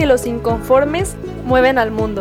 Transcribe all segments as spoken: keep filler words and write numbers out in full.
que los inconformes mueven al mundo.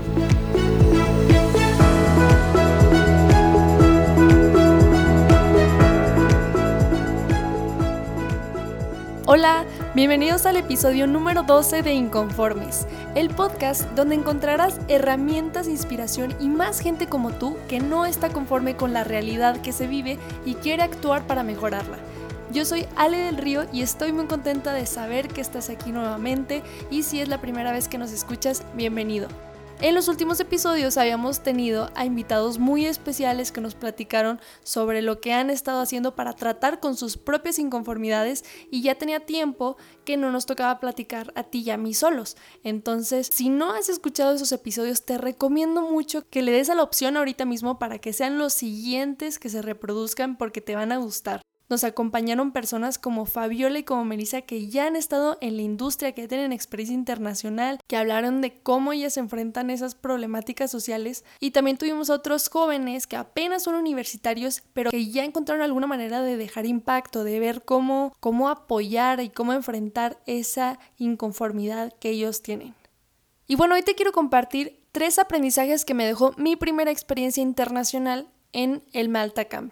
Hola, bienvenidos al episodio número doce de Inconformes, el podcast donde encontrarás herramientas, inspiración y más gente como tú que no está conforme con la realidad que se vive y quiere actuar para mejorarla. Yo soy Ale del Río y estoy muy contenta de saber que estás aquí nuevamente y si es la primera vez que nos escuchas, bienvenido. En los últimos episodios habíamos tenido a invitados muy especiales que nos platicaron sobre lo que han estado haciendo para tratar con sus propias inconformidades y ya tenía tiempo que no nos tocaba platicar a ti y a mí solos. Entonces, si no has escuchado esos episodios, te recomiendo mucho que le des a la opción ahorita mismo para que sean los siguientes que se reproduzcan porque te van a gustar. Nos acompañaron personas como Fabiola y como Melissa que ya han estado en la industria, que tienen experiencia internacional, que hablaron de cómo ellas se enfrentan esas problemáticas sociales. Y también tuvimos a otros jóvenes que apenas son universitarios, pero que ya encontraron alguna manera de dejar impacto, de ver cómo, cómo apoyar y cómo enfrentar esa inconformidad que ellos tienen. Y bueno, hoy te quiero compartir tres aprendizajes que me dejó mi primera experiencia internacional en el Malta Camp.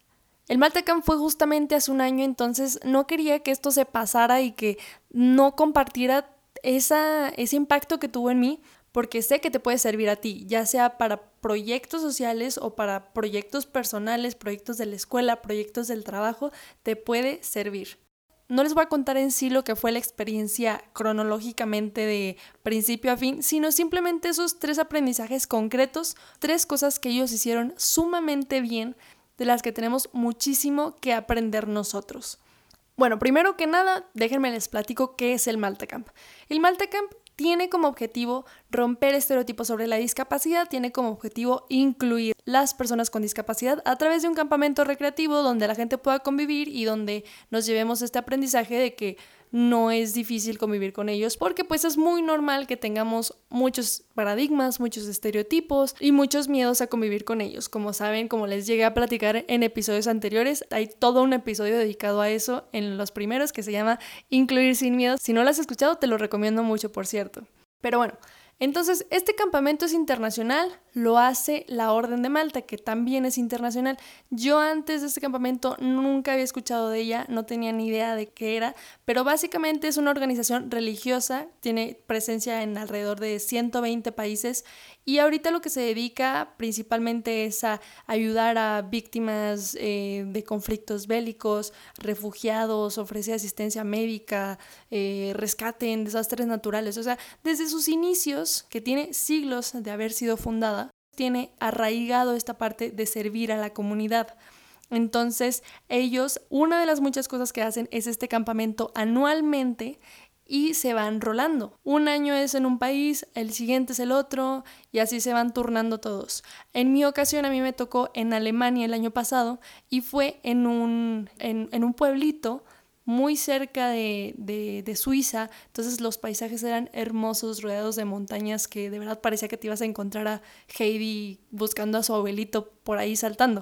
El Malta Camp fue justamente hace un año, entonces no quería que esto se pasara y que no compartiera esa, ese impacto que tuvo en mí, porque sé que te puede servir a ti, ya sea para proyectos sociales o para proyectos personales, proyectos de la escuela, proyectos del trabajo, te puede servir. No les voy a contar en sí lo que fue la experiencia cronológicamente de principio a fin, sino simplemente esos tres aprendizajes concretos, tres cosas que ellos hicieron sumamente bien, de las que tenemos muchísimo que aprender nosotros. Bueno, primero que nada, déjenme les platico qué es el Malta Camp. El Malta Camp tiene como objetivo romper estereotipos sobre la discapacidad, tiene como objetivo incluir las personas con discapacidad a través de un campamento recreativo donde la gente pueda convivir y donde nos llevemos este aprendizaje de que no es difícil convivir con ellos porque pues es muy normal que tengamos muchos paradigmas, muchos estereotipos y muchos miedos a convivir con ellos. Como saben, como les llegué a platicar en episodios anteriores, hay todo un episodio dedicado a eso en los primeros que se llama Incluir sin miedo. Si no lo has escuchado, te lo recomiendo mucho, por cierto. Pero bueno, entonces este campamento es internacional, lo hace la Orden de Malta, que también es internacional. Yo antes de este campamento nunca había escuchado de ella, no tenía ni idea de qué era, pero básicamente es una organización religiosa, tiene presencia en alrededor de ciento veinte países y ahorita lo que se dedica principalmente es a ayudar a víctimas eh, de conflictos bélicos, refugiados, ofrece asistencia médica, eh, rescate en desastres naturales, o sea, desde sus inicios, que tiene siglos de haber sido fundada, tiene arraigado esta parte de servir a la comunidad. Entonces, ellos, una de las muchas cosas que hacen es este campamento anualmente y se van rolando. Un año es en un país, el siguiente es el otro y así se van turnando todos. En mi ocasión a mí me tocó en Alemania el año pasado y fue en un, en, en un pueblito muy cerca de, de, de Suiza, entonces los paisajes eran hermosos, rodeados de montañas que de verdad parecía que te ibas a encontrar a Heidi buscando a su abuelito por ahí saltando.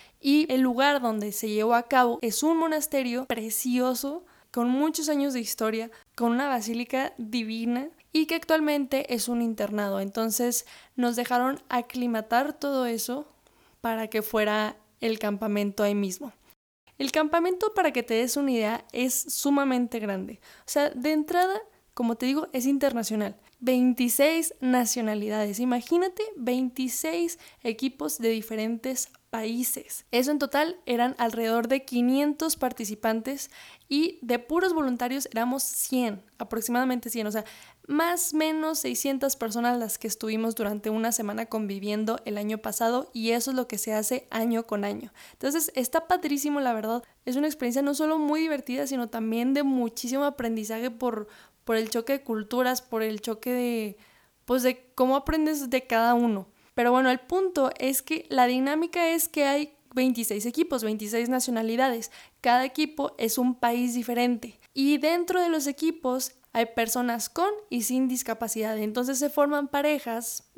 Y el lugar donde se llevó a cabo es un monasterio precioso, con muchos años de historia, con una basílica divina y que actualmente es un internado. Entonces nos dejaron aclimatar todo eso para que fuera el campamento ahí mismo. El campamento, para que te des una idea, es sumamente grande. O sea, de entrada, como te digo, es internacional. veintiséis nacionalidades. Imagínate, veintiséis equipos de diferentes países. Eso en total eran alrededor de quinientos participantes y de puros voluntarios éramos cien, aproximadamente cien. O sea, más o menos seiscientas personas las que estuvimos durante una semana conviviendo el año pasado y eso es lo que se hace año con año. Entonces está padrísimo, la verdad. Es una experiencia no solo muy divertida, sino también de muchísimo aprendizaje por, por el choque de culturas, por el choque de, pues de cómo aprendes de cada uno. Pero bueno, el punto es que la dinámica es que hay veintiséis equipos, veintiséis nacionalidades. Cada equipo es un país diferente. Y dentro de los equipos hay personas con y sin discapacidad. Entonces se forman parejas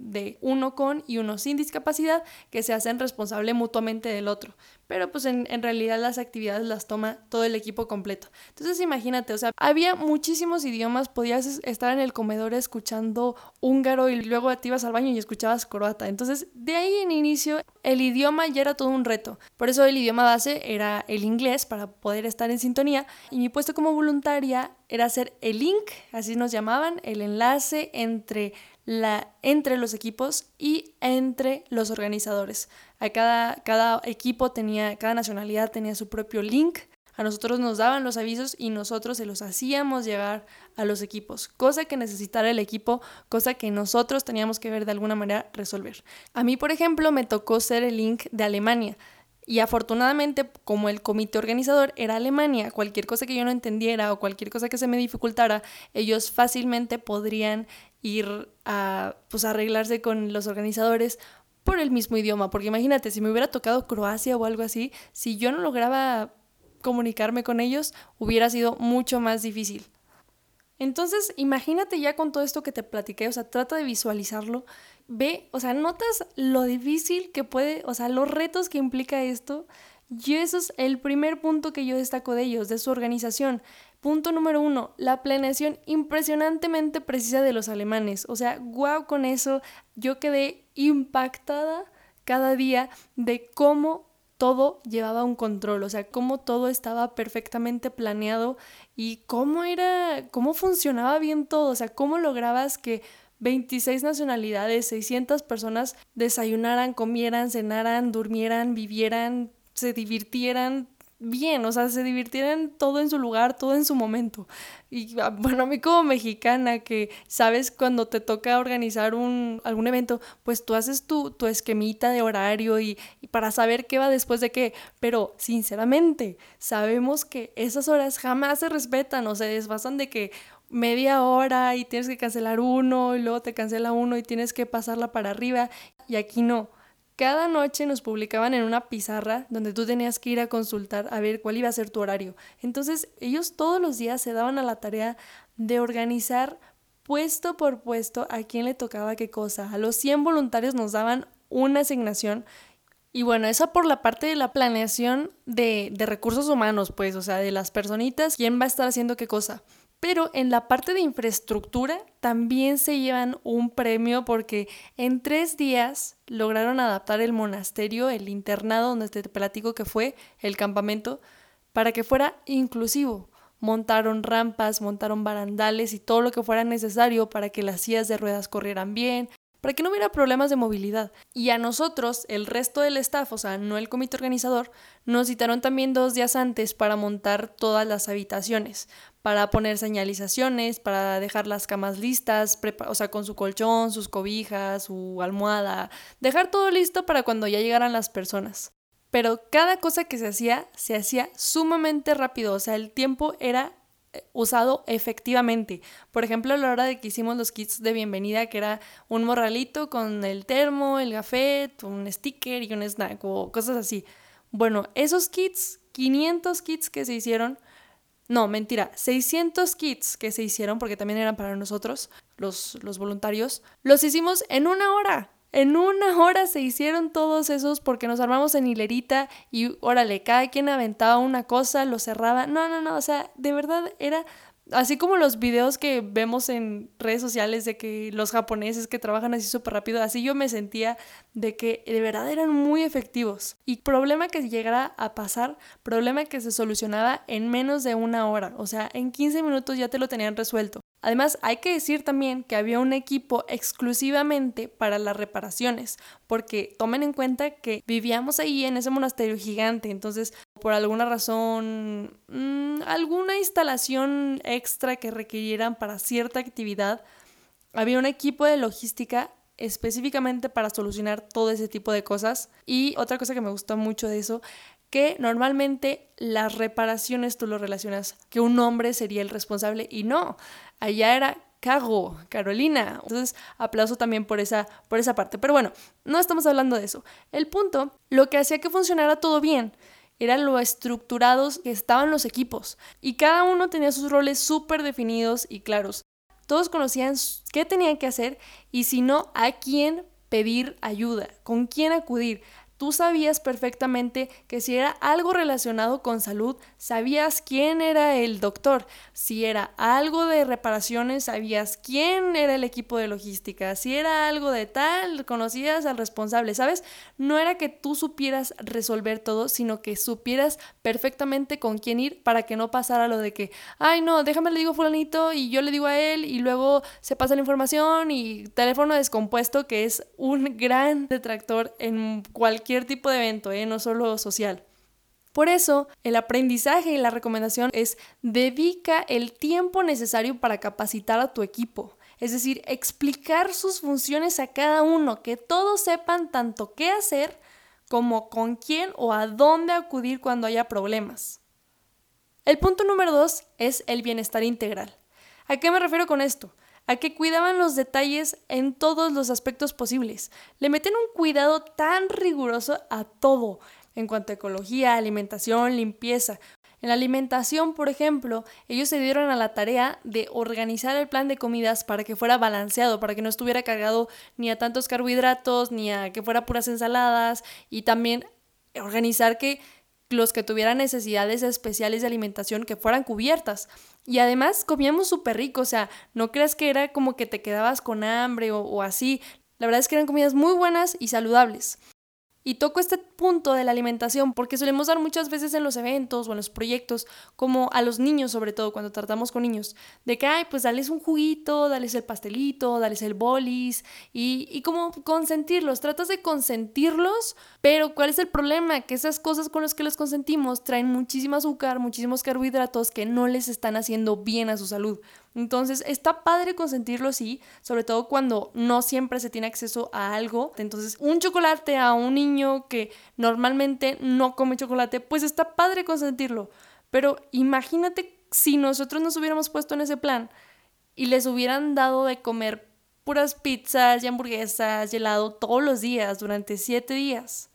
de uno con y uno sin discapacidad que se hacen responsable mutuamente del otro. Pero pues en, en realidad las actividades las toma todo el equipo completo. Entonces imagínate, o sea, había muchísimos idiomas, podías estar en el comedor escuchando húngaro y luego te ibas al baño y escuchabas croata. Entonces de ahí en inicio el idioma ya era todo un reto. Por eso el idioma base era el inglés para poder estar en sintonía y mi puesto como voluntaria era hacer el link, así nos llamaban, el enlace entre La, entre los equipos y entre los organizadores. A cada, cada equipo tenía, cada nacionalidad tenía su propio link. A nosotros nos daban los avisos y nosotros se los hacíamos llegar a los equipos, cosa que necesitara el equipo, cosa que nosotros teníamos que ver de alguna manera resolver. A mí, por ejemplo, me tocó ser el link de Alemania. Y afortunadamente, como el comité organizador era Alemania, cualquier cosa que yo no entendiera o cualquier cosa que se me dificultara, ellos fácilmente podrían ir a pues, arreglarse con los organizadores por el mismo idioma. Porque imagínate, si me hubiera tocado Croacia o algo así, si yo no lograba comunicarme con ellos, hubiera sido mucho más difícil. Entonces, imagínate ya con todo esto que te platiqué, o sea, trata de visualizarlo, ve, o sea, notas lo difícil que puede, o sea, los retos que implica esto, y eso es el primer punto que yo destaco de ellos, de su organización. Punto número uno, la planeación impresionantemente precisa de los alemanes, o sea, guau con eso, yo quedé impactada cada día de cómo todo llevaba un control, o sea, cómo todo estaba perfectamente planeado y cómo era, cómo funcionaba bien todo, o sea, cómo lograbas que veintiséis nacionalidades, seiscientas personas desayunaran, comieran, cenaran, durmieran, vivieran, se divirtieran bien, o sea, se divirtieran todo en su lugar, todo en su momento. Y bueno, a mí como mexicana que sabes cuando te toca organizar un, algún evento, pues tú haces tu, tu esquemita de horario y, y para saber qué va después de qué, pero sinceramente sabemos que esas horas jamás se respetan o se desfasan de que media hora y tienes que cancelar uno y luego te cancela uno y tienes que pasarla para arriba y aquí no. Cada noche nos publicaban en una pizarra donde tú tenías que ir a consultar a ver cuál iba a ser tu horario. Entonces ellos todos los días se daban a la tarea de organizar puesto por puesto a quién le tocaba qué cosa. A los cien voluntarios nos daban una asignación. Y bueno, esa por la parte de la planeación de, de recursos humanos, pues, o sea, de las personitas, quién va a estar haciendo qué cosa. Pero en la parte de infraestructura también se llevan un premio porque en tres días lograron adaptar el monasterio, el internado donde te platico que fue, el campamento, para que fuera inclusivo. Montaron rampas, montaron barandales y todo lo que fuera necesario para que las sillas de ruedas corrieran bien, para que no hubiera problemas de movilidad. Y a nosotros, el resto del staff, o sea, no el comité organizador, nos citaron también dos días antes para montar todas las habitaciones, para poner señalizaciones, para dejar las camas listas, prepa- o sea, con su colchón, sus cobijas, su almohada, dejar todo listo para cuando ya llegaran las personas. Pero cada cosa que se hacía, se hacía sumamente rápido, o sea, el tiempo era usado efectivamente. Por ejemplo, a la hora de que hicimos los kits de bienvenida, que era un morralito con el termo, el gafet, un sticker y un snack o cosas así. Bueno, esos kits, quinientos kits que se hicieron, no, mentira, seiscientos kits que se hicieron, porque también eran para nosotros, los, los voluntarios, los hicimos en una hora. En una hora se hicieron todos esos porque nos armamos en hilerita y órale, cada quien aventaba una cosa, lo cerraba. No, no, no, o sea, de verdad era así como los videos que vemos en redes sociales de que los japoneses que trabajan así súper rápido, así yo me sentía de que de verdad eran muy efectivos. Y problema que llegara a pasar, problema que se solucionaba en menos de una hora, o sea, en quince minutos ya te lo tenían resuelto. Además, hay que decir también que había un equipo exclusivamente para las reparaciones, porque tomen en cuenta que vivíamos ahí en ese monasterio gigante, entonces por alguna razón, mmm, alguna instalación extra que requirieran para cierta actividad, había un equipo de logística específicamente para solucionar todo ese tipo de cosas. Y otra cosa que me gustó mucho de eso, que normalmente las reparaciones tú lo relacionas que un hombre sería el responsable y no, allá era Caro, Carolina. Entonces aplauso también por esa, por esa parte. Pero bueno, no estamos hablando de eso. El punto, lo que hacía que funcionara todo bien, eran lo estructurados que estaban los equipos y cada uno tenía sus roles súper definidos y claros. todos conocían qué tenían que hacer y si no, a quién pedir ayuda, con quién acudir. Tú sabías perfectamente que si era algo relacionado con salud, sabías quién era el doctor. Si era algo de reparaciones, sabías quién era el equipo de logística. Si era algo de tal, conocías al responsable, ¿sabes? No era que tú supieras resolver todo, sino que supieras perfectamente con quién ir para que no pasara lo de que, ay no, déjame le digo a fulanito y yo le digo a él y luego se pasa la información y teléfono descompuesto, que es un gran detractor en cualquier tipo de evento, ¿eh? No solo social. Por eso, el aprendizaje y la recomendación es dedica el tiempo necesario para capacitar a tu equipo. Es decir, explicar sus funciones a cada uno, que todos sepan tanto qué hacer como con quién o a dónde acudir cuando haya problemas. El punto número dos es el bienestar integral. ¿A qué me refiero con esto? A que cuidaban los detalles en todos los aspectos posibles. Le metían un cuidado tan riguroso a todo, en cuanto a ecología, alimentación, limpieza. En la alimentación, por ejemplo, ellos se dieron a la tarea de organizar el plan de comidas para que fuera balanceado, para que no estuviera cargado ni a tantos carbohidratos, ni a que fuera puras ensaladas, y también organizar que los que tuvieran necesidades especiales de alimentación que fueran cubiertas. Y además comíamos súper rico, o sea, no creas que era como que te quedabas con hambre o, o así. La verdad es que eran comidas muy buenas y saludables. Y toco este punto de la alimentación porque solemos dar muchas veces en los eventos o en los proyectos, como a los niños, sobre todo cuando tratamos con niños, de que, ay, pues dales un juguito, dales el pastelito, dales el bolis, y, y como consentirlos, tratas de consentirlos, pero ¿cuál es el problema? Que esas cosas con las que los consentimos traen muchísimo azúcar, muchísimos carbohidratos que no les están haciendo bien a su salud. Entonces está padre consentirlo, sí, sobre todo cuando no siempre se tiene acceso a algo. Entonces un chocolate a un niño que normalmente no come chocolate, pues está padre consentirlo. Pero imagínate si nosotros nos hubiéramos puesto en ese plan y les hubieran dado de comer puras pizzas y hamburguesas y helado todos los días durante siete días.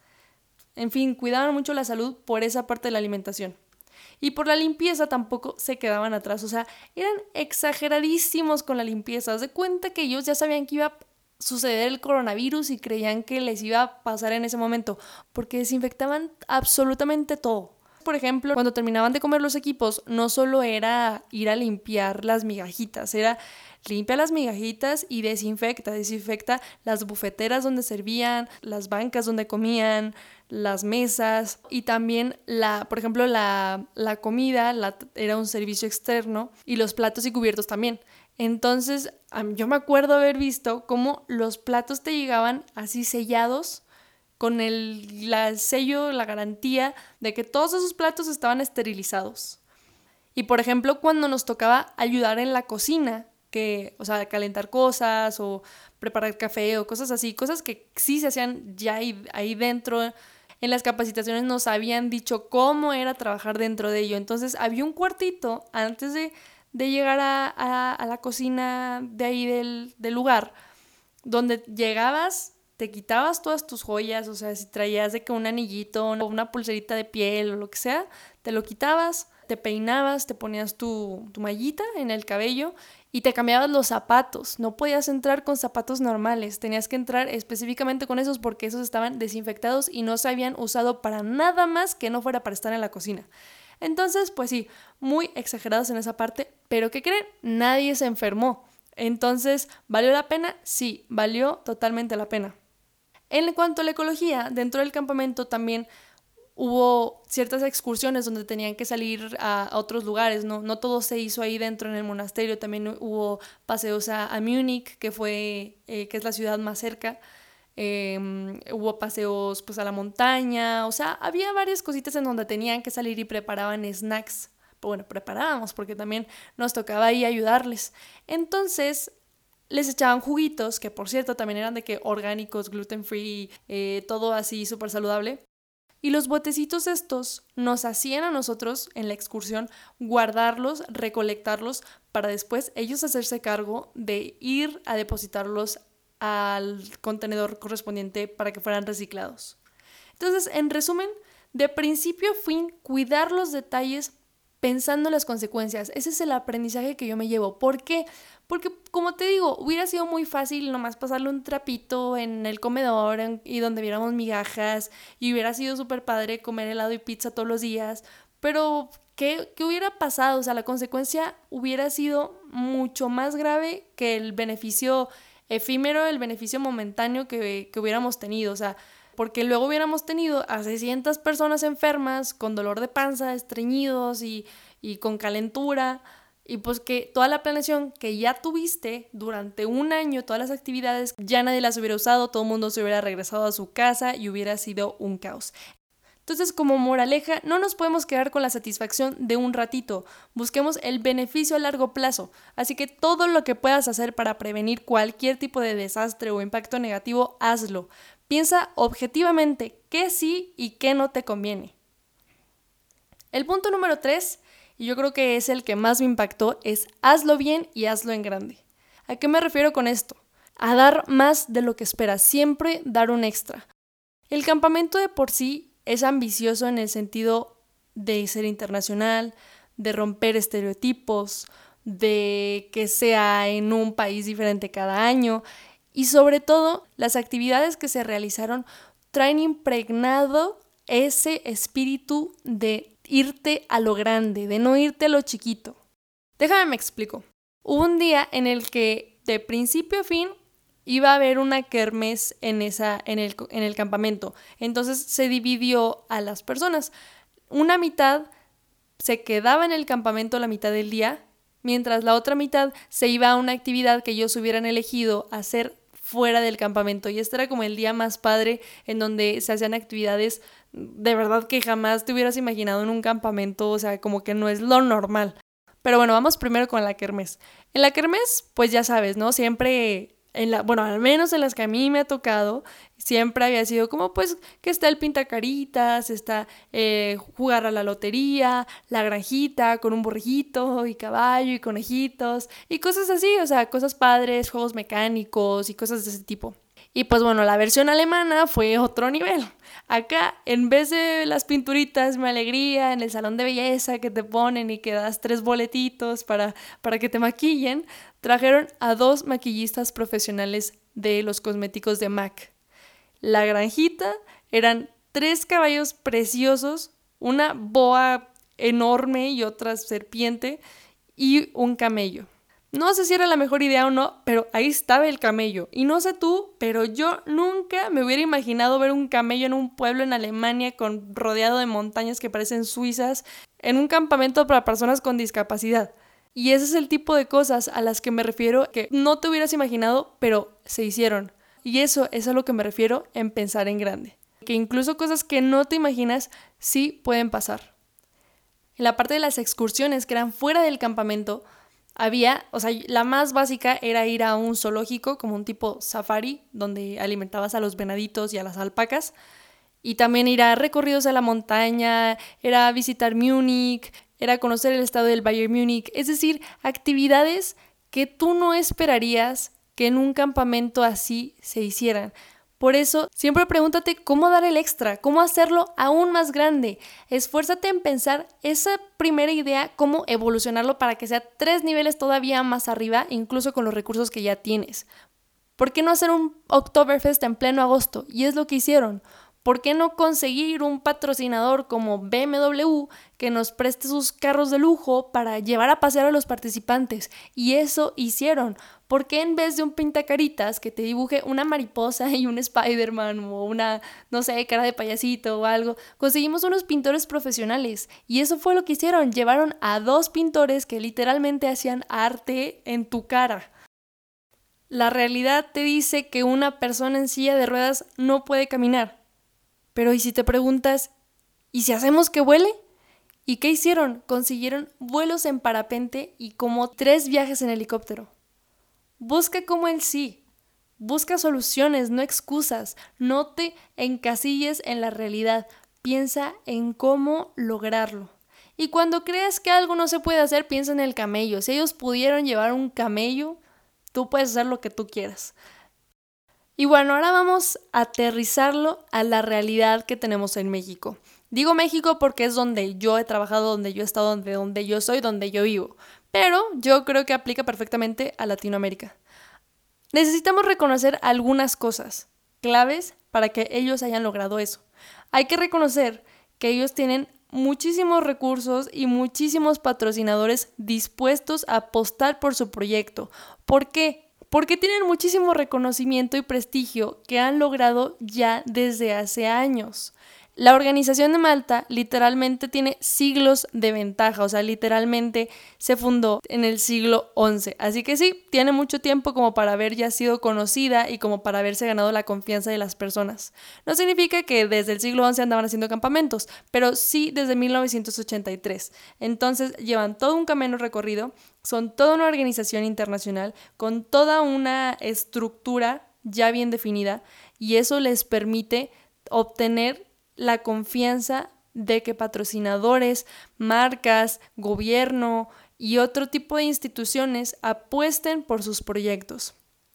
En fin, cuidaban mucho la salud por esa parte de la alimentación. Y por la limpieza tampoco se quedaban atrás, o sea, eran exageradísimos con la limpieza. Haz de cuenta que ellos ya sabían que iba a suceder el coronavirus y creían que les iba a pasar en ese momento, porque desinfectaban absolutamente todo. Por ejemplo, cuando terminaban de comer los equipos, no solo era ir a limpiar las migajitas, era limpia las migajitas y desinfecta, desinfecta las bufeteras donde servían, las bancas donde comían, las mesas y también, la, por ejemplo, la, la comida la, era un servicio externo y los platos y cubiertos también. Entonces, yo me acuerdo haber visto cómo los platos te llegaban así sellados con el la sello, la garantía de que todos esos platos estaban esterilizados. Y por ejemplo, cuando nos tocaba ayudar en la cocina, que, o sea, calentar cosas o preparar café o cosas así, cosas que sí se hacían ya ahí, ahí dentro. En las capacitaciones nos habían dicho cómo era trabajar dentro de ello. Entonces había un cuartito antes de, de llegar a, a, a la cocina de ahí del, del lugar, donde llegabas, te quitabas todas tus joyas, o sea, si traías de que un anillito o una pulserita de piel o lo que sea, te lo quitabas, te peinabas, te ponías tu, tu mallita en el cabello y te cambiabas los zapatos. No podías entrar con zapatos normales, tenías que entrar específicamente con esos porque esos estaban desinfectados y no se habían usado para nada más que no fuera para estar en la cocina. Entonces, pues sí, muy exagerados en esa parte, pero ¿qué creen? Nadie se enfermó. Entonces, ¿valió la pena? Sí, valió totalmente la pena. En cuanto a la ecología, dentro del campamento también hubo ciertas excursiones donde tenían que salir a, a otros lugares, ¿no? No todo se hizo ahí dentro en el monasterio, también hubo paseos a, a Múnich, que, fue, eh, que es la ciudad más cerca, eh, hubo paseos pues, a la montaña, o sea, había varias cositas en donde tenían que salir y preparaban snacks. Bueno, preparábamos porque también nos tocaba ahí ayudarles. Entonces les echaban juguitos, que por cierto también eran de que orgánicos, gluten free, eh, todo así súper saludable. Y los botecitos estos nos hacían a nosotros en la excursión guardarlos, recolectarlos para después ellos hacerse cargo de ir a depositarlos al contenedor correspondiente para que fueran reciclados. Entonces, en resumen, de principio a fin, cuidar los detalles pensando en las consecuencias. Ese es el aprendizaje que yo me llevo. ¿Por qué? Porque, como te digo, hubiera sido muy fácil nomás pasarle un trapito en el comedor en, y donde viéramos migajas, y hubiera sido súper padre comer helado y pizza todos los días, pero ¿qué, ¿qué hubiera pasado? O sea, la consecuencia hubiera sido mucho más grave que el beneficio efímero, el beneficio momentáneo que, que hubiéramos tenido. O sea, porque luego hubiéramos tenido a seiscientas personas enfermas con dolor de panza, estreñidos y, y con calentura, y pues que toda la planeación que ya tuviste durante un año, todas las actividades, ya nadie las hubiera usado, todo el mundo se hubiera regresado a su casa y hubiera sido un caos. Entonces, como moraleja, no nos podemos quedar con la satisfacción de un ratito, busquemos el beneficio a largo plazo, así que todo lo que puedas hacer para prevenir cualquier tipo de desastre o impacto negativo, hazlo. Piensa objetivamente qué sí y qué no te conviene. El punto número tres, y yo creo que es el que más me impactó, es hazlo bien y hazlo en grande. ¿A qué me refiero con esto? A dar más de lo que esperas, siempre dar un extra. El campamento de por sí es ambicioso en el sentido de ser internacional, de romper estereotipos, de que sea en un país diferente cada año. Y sobre todo, las actividades que se realizaron traen impregnado ese espíritu de irte a lo grande, de no irte a lo chiquito. Déjame me explico. Hubo un día en el que de principio a fin iba a haber una kermés en, esa, en, el, en el campamento. Entonces se dividió a las personas. Una mitad se quedaba en el campamento la mitad del día, mientras la otra mitad se iba a una actividad que ellos hubieran elegido hacer fuera del campamento. Y este era como el día más padre en donde se hacían actividades de verdad que jamás te hubieras imaginado en un campamento, o sea, como que no es lo normal. Pero bueno, vamos primero con la kermés. En la kermés, pues ya sabes, ¿no? Siempre, en la, bueno, al menos en las que a mí me ha tocado, siempre había sido como pues que está el pintacaritas, está eh, jugar a la lotería, la granjita con un borreguito y caballo y conejitos y cosas así, o sea, cosas padres, juegos mecánicos y cosas de ese tipo. Y pues bueno, la versión alemana fue otro nivel. Acá, en vez de las pinturitas, mi alegría en el salón de belleza que te ponen y que das tres boletitos para, para que te maquillen, trajeron a dos maquillistas profesionales de los cosméticos de M A C. La granjita eran tres caballos preciosos, una boa enorme y otra serpiente y un camello. No sé si era la mejor idea o no, pero ahí estaba el camello. Y no sé tú, pero yo nunca me hubiera imaginado ver un camello en un pueblo en Alemania con, rodeado de montañas que parecen suizas, en un campamento para personas con discapacidad. Y ese es el tipo de cosas a las que me refiero que no te hubieras imaginado, pero se hicieron. Y eso es a lo que me refiero en pensar en grande. Que incluso cosas que no te imaginas sí pueden pasar. En la parte de las excursiones que eran fuera del campamento, había, o sea, la más básica era ir a un zoológico, como un tipo safari, donde alimentabas a los venaditos y a las alpacas. Y también ir a recorridos a la montaña, era visitar Múnich, era conocer el estado del Bayern Múnich. Es decir, actividades que tú no esperarías que en un campamento así se hicieran. Por eso, siempre pregúntate cómo dar el extra, cómo hacerlo aún más grande. Esfuérzate en pensar esa primera idea, cómo evolucionarlo para que sea tres niveles todavía más arriba, incluso con los recursos que ya tienes. ¿Por qué no hacer un Oktoberfest en pleno agosto? Y es lo que hicieron. ¿Por qué no conseguir un patrocinador como B M W que nos preste sus carros de lujo para llevar a pasear a los participantes? Y eso hicieron. ¿Por qué en vez de un pintacaritas que te dibuje una mariposa y un Spider-Man o una, no sé, cara de payasito o algo, conseguimos unos pintores profesionales? Y eso fue lo que hicieron. Llevaron a dos pintores que literalmente hacían arte en tu cara. La realidad te dice que una persona en silla de ruedas no puede caminar. Pero ¿y si te preguntas, ¿y si hacemos que vuele? ¿Y qué hicieron? Consiguieron vuelos en parapente y como tres viajes en helicóptero. Busca como el sí. Busca soluciones, no excusas. No te encasilles en la realidad. Piensa en cómo lograrlo. Y cuando creas que algo no se puede hacer, piensa en el camello. Si ellos pudieron llevar un camello, tú puedes hacer lo que tú quieras. Y bueno, ahora vamos a aterrizarlo a la realidad que tenemos en México. Digo México porque es donde yo he trabajado, donde yo he estado, donde, donde yo soy, donde yo vivo. Pero yo creo que aplica perfectamente a Latinoamérica. Necesitamos reconocer algunas cosas claves para que ellos hayan logrado eso. Hay que reconocer que ellos tienen muchísimos recursos y muchísimos patrocinadores dispuestos a apostar por su proyecto. ¿Por qué? Porque tienen muchísimo reconocimiento y prestigio que han logrado ya desde hace años. La organización de Malta literalmente tiene siglos de ventaja, o sea, literalmente se fundó en el siglo once. Así que sí, tiene mucho tiempo como para haber ya sido conocida y como para haberse ganado la confianza de las personas. No significa que desde el siglo once andaban haciendo campamentos, pero sí desde mil novecientos ochenta y tres. Entonces llevan todo un camino recorrido, son toda una organización internacional con toda una estructura ya bien definida y eso les permite obtener la confianza de que patrocinadores, marcas, gobierno y otro tipo de instituciones apuesten por sus proyectos.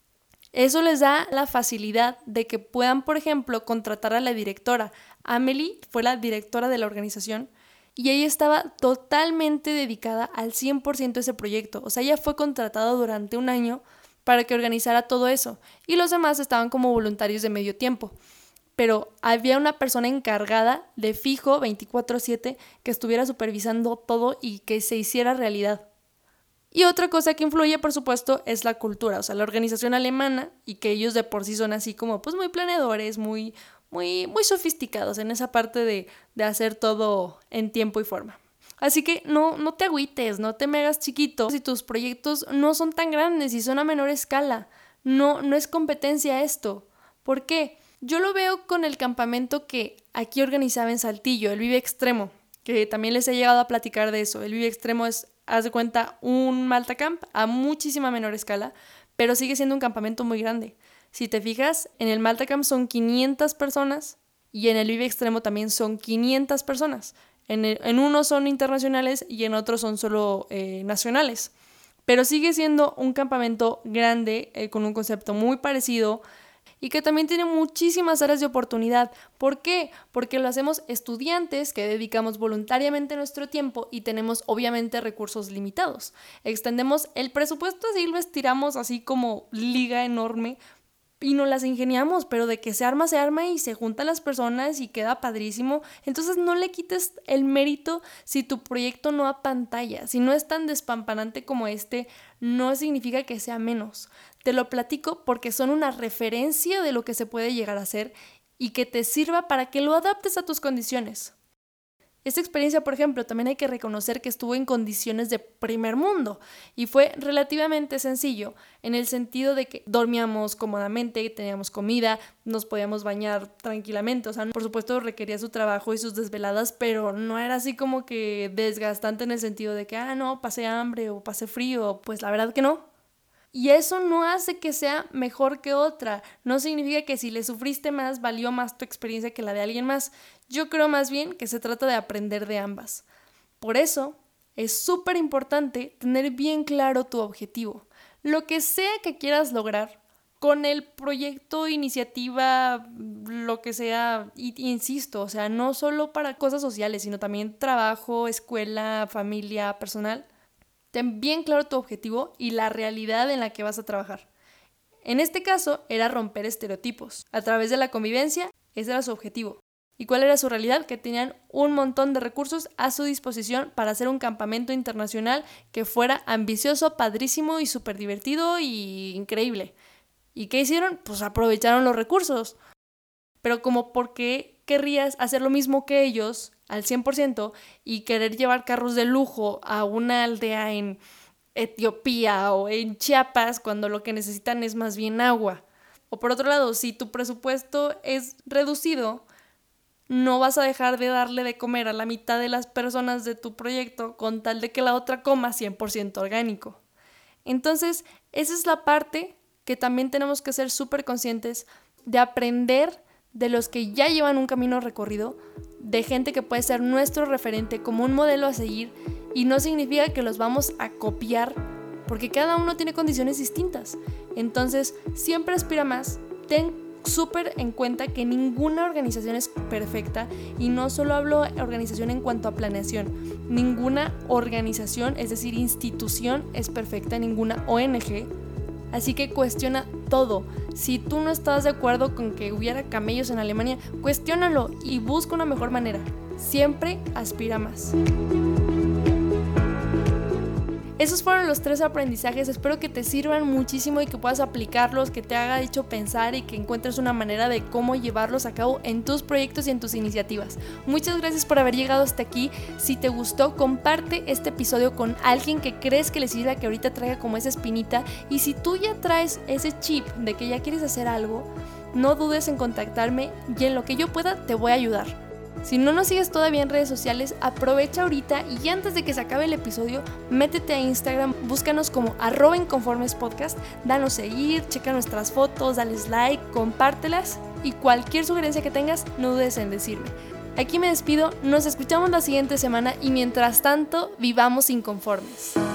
Eso les da la facilidad de que puedan, por ejemplo, contratar a la directora. Amelie fue la directora de la organización y ella estaba totalmente dedicada al cien por ciento a ese proyecto. O sea, ella fue contratada durante un año para que organizara todo eso y los demás estaban como voluntarios de medio tiempo. Pero había una persona encargada de fijo veinticuatro siete que estuviera supervisando todo y que se hiciera realidad. Y otra cosa que influye, por supuesto, es la cultura, o sea, la organización alemana y que ellos de por sí son así como pues muy planeadores, muy, muy, muy sofisticados en esa parte de, de hacer todo en tiempo y forma. Así que no, no te agüites, no te me hagas chiquito si tus proyectos no son tan grandes y son a menor escala. No, no es competencia esto. ¿Por qué? Yo lo veo con el campamento que aquí organizaba en Saltillo, el Vive Extremo, que también les he llegado a platicar de eso. El Vive Extremo es, haz de cuenta, un Malta Camp a muchísima menor escala, pero sigue siendo un campamento muy grande. Si te fijas, en el Malta Camp son quinientas personas y en el Vive Extremo también son quinientas personas. En, el, en uno son internacionales y en otro son solo eh, nacionales. Pero sigue siendo un campamento grande, eh, con un concepto muy parecido, y que también tiene muchísimas áreas de oportunidad. ¿Por qué? Porque lo hacemos estudiantes que dedicamos voluntariamente nuestro tiempo y tenemos obviamente recursos limitados. Extendemos el presupuesto así, lo estiramos así como liga enorme y nos las ingeniamos, pero de que se arma, se arma y se juntan las personas y queda padrísimo. Entonces no le quites el mérito si tu proyecto no apantalla. Si no es tan despampanante como este, no significa que sea menos. Te lo platico porque son una referencia de lo que se puede llegar a hacer y que te sirva para que lo adaptes a tus condiciones. Esta experiencia, por ejemplo, también hay que reconocer que estuvo en condiciones de primer mundo y fue relativamente sencillo en el sentido de que dormíamos cómodamente, teníamos comida, nos podíamos bañar tranquilamente, o sea, por supuesto requería su trabajo y sus desveladas, pero no era así como que desgastante en el sentido de que, ah, no, pasé hambre o pasé frío, pues la verdad que no. Y eso no hace que sea mejor que otra. No significa que si le sufriste más, valió más tu experiencia que la de alguien más. Yo creo más bien que se trata de aprender de ambas. Por eso, es súper importante tener bien claro tu objetivo. Lo que sea que quieras lograr, con el proyecto, iniciativa, lo que sea, y, insisto, o sea, no solo para cosas sociales, sino también trabajo, escuela, familia, personal. Ten bien claro tu objetivo y la realidad en la que vas a trabajar. En este caso, era romper estereotipos. A través de la convivencia, ese era su objetivo. ¿Y cuál era su realidad? Que tenían un montón de recursos a su disposición para hacer un campamento internacional que fuera ambicioso, padrísimo y súper divertido y increíble. ¿Y qué hicieron? Pues aprovecharon los recursos. Pero como por qué querrías hacer lo mismo que ellos al cien por ciento y querer llevar carros de lujo a una aldea en Etiopía o en Chiapas cuando lo que necesitan es más bien agua. O por otro lado, si tu presupuesto es reducido, no vas a dejar de darle de comer a la mitad de las personas de tu proyecto con tal de que la otra coma cien por ciento orgánico. Entonces, esa es la parte que también tenemos que ser súper conscientes de aprender de los que ya llevan un camino recorrido, de gente que puede ser nuestro referente como un modelo a seguir, y no significa que los vamos a copiar porque cada uno tiene condiciones distintas. Entonces, siempre aspira más, ten súper en cuenta que ninguna organización es perfecta, y no solo hablo de organización en cuanto a planeación. Ninguna organización, es decir, institución, es perfecta, ninguna O N G. Así que cuestiona todo. Si tú no estás de acuerdo con que hubiera camellos en Alemania, cuestiónalo y busca una mejor manera. Siempre aspira más. Esos fueron los tres aprendizajes, espero que te sirvan muchísimo y que puedas aplicarlos, que te haga hecho pensar y que encuentres una manera de cómo llevarlos a cabo en tus proyectos y en tus iniciativas. Muchas gracias por haber llegado hasta aquí. Si te gustó, comparte este episodio con alguien que crees que le sirva, que ahorita traiga como esa espinita, y si tú ya traes ese chip de que ya quieres hacer algo, no dudes en contactarme y en lo que yo pueda te voy a ayudar. Si no nos sigues todavía en redes sociales, aprovecha ahorita y antes de que se acabe el episodio, métete a Instagram, búscanos como arroba inconformespodcast, danos seguir, checa nuestras fotos, dales like, compártelas y cualquier sugerencia que tengas, no dudes en decirme. Aquí me despido, nos escuchamos la siguiente semana y mientras tanto, vivamos inconformes.